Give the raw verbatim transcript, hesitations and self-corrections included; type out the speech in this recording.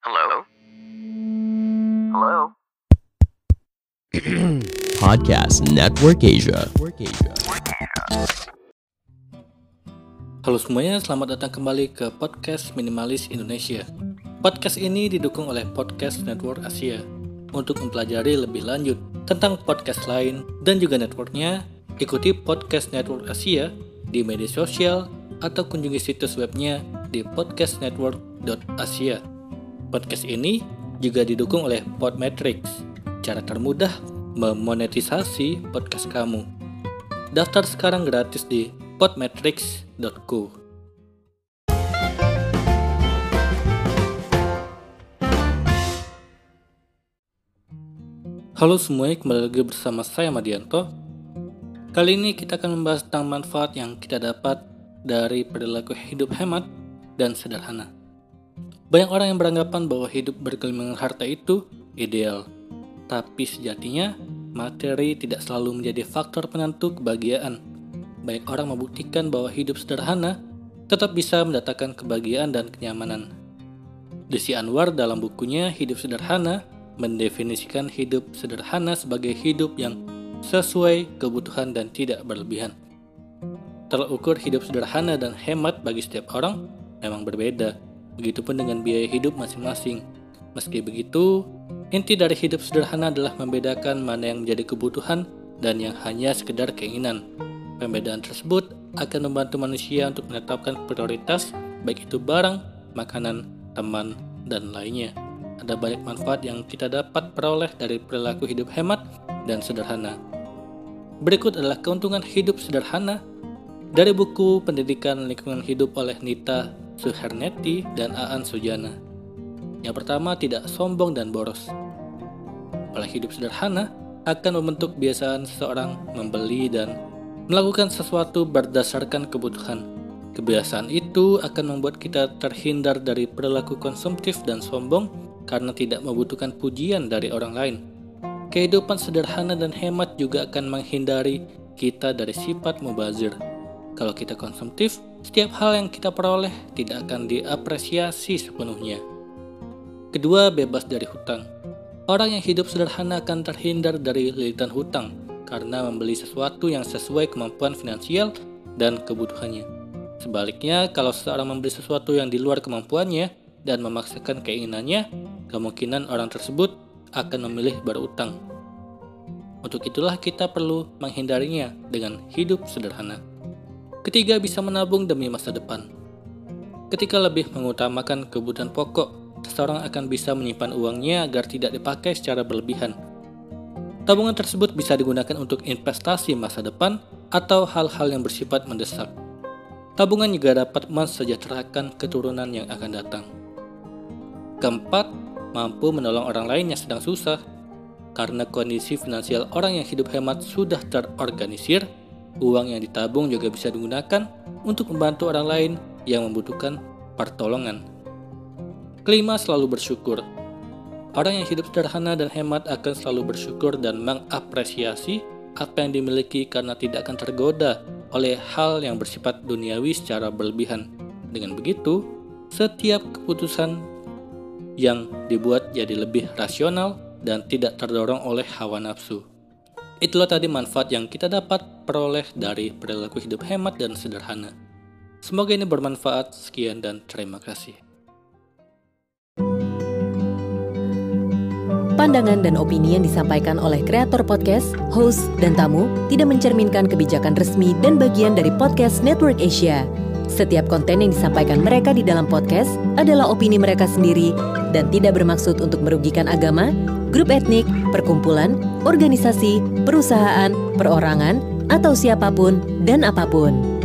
Hello? Hello? Podcast Network Asia. Halo semuanya, selamat datang kembali ke Podcast Minimalis Indonesia. Podcast ini didukung oleh Podcast Network Asia. Untuk mempelajari lebih lanjut tentang podcast lain dan juga networknya, ikuti Podcast Network Asia di media sosial atau kunjungi situs webnya di podcast network dot asia. Podcast ini juga didukung oleh Podmetrics, cara termudah memonetisasi podcast kamu. Daftar sekarang gratis di podmetrics dot co. Halo semuanya, kembali lagi bersama saya Madianto. Kali ini kita akan membahas tentang manfaat yang kita dapat dari perilaku hidup hemat dan sederhana. Banyak orang yang beranggapan bahwa hidup bergelimangan harta itu ideal, tapi sejatinya materi tidak selalu menjadi faktor penentu kebahagiaan. Banyak orang membuktikan bahwa hidup sederhana tetap bisa mendatangkan kebahagiaan dan kenyamanan. Desi Anwar dalam bukunya Hidup Sederhana mendefinisikan hidup sederhana sebagai hidup yang sesuai kebutuhan dan tidak berlebihan. Tolak ukur hidup sederhana dan hemat bagi setiap orang memang berbeda. Begitupun dengan biaya hidup masing-masing. Meski begitu, inti dari hidup sederhana adalah membedakan mana yang menjadi kebutuhan dan yang hanya sekedar keinginan. Pembedaan tersebut akan membantu manusia untuk menetapkan prioritas, baik itu barang, makanan, teman, dan lainnya. Ada banyak manfaat yang kita dapat peroleh dari perilaku hidup hemat dan sederhana. Berikut adalah keuntungan hidup sederhana dari buku Pendidikan Lingkungan Hidup oleh Nita Suhernetti dan Aan Sujana. Yang pertama, tidak sombong dan boros. Pola hidup sederhana akan membentuk kebiasaan seseorang membeli dan melakukan sesuatu berdasarkan kebutuhan. Kebiasaan itu akan membuat kita terhindar dari perilaku konsumtif dan sombong karena tidak membutuhkan pujian dari orang lain. Kehidupan sederhana dan hemat juga akan menghindari kita dari sifat mubazir. Kalau kita konsumtif, setiap hal yang kita peroleh tidak akan diapresiasi sepenuhnya. Kedua, bebas dari hutang. Orang yang hidup sederhana akan terhindar dari lilitan hutang karena membeli sesuatu yang sesuai kemampuan finansial dan kebutuhannya. Sebaliknya, kalau seseorang membeli sesuatu yang di luar kemampuannya dan memaksakan keinginannya, kemungkinan orang tersebut akan memilih berutang. Untuk itulah kita perlu menghindarinya dengan hidup sederhana. Ketiga, bisa menabung demi masa depan. Ketika lebih mengutamakan kebutuhan pokok, seseorang akan bisa menyimpan uangnya agar tidak dipakai secara berlebihan. Tabungan tersebut bisa digunakan untuk investasi masa depan atau hal-hal yang bersifat mendesak. Tabungan juga dapat mensejahterakan keturunan yang akan datang. Keempat, mampu menolong orang lain yang sedang susah. Karena kondisi finansial orang yang hidup hemat sudah terorganisir, uang yang ditabung juga bisa digunakan untuk membantu orang lain yang membutuhkan pertolongan. Kelima, selalu bersyukur. Orang yang hidup sederhana dan hemat akan selalu bersyukur dan mengapresiasi apa yang dimiliki karena tidak akan tergoda oleh hal yang bersifat duniawi secara berlebihan. Dengan begitu, setiap keputusan yang dibuat jadi lebih rasional dan tidak terdorong oleh hawa nafsu. Itulah tadi manfaat yang kita dapat peroleh dari perilaku hidup hemat dan sederhana. Semoga ini bermanfaat. Sekian dan terima kasih. Pandangan dan opini yang disampaikan oleh kreator podcast, host, dan tamu tidak mencerminkan kebijakan resmi dan bagian dari Podcast Network Asia. Setiap konten yang disampaikan mereka di dalam podcast adalah opini mereka sendiri dan tidak bermaksud untuk merugikan agama, grup etnik, perkumpulan, organisasi, perusahaan, perorangan, atau siapapun dan apapun.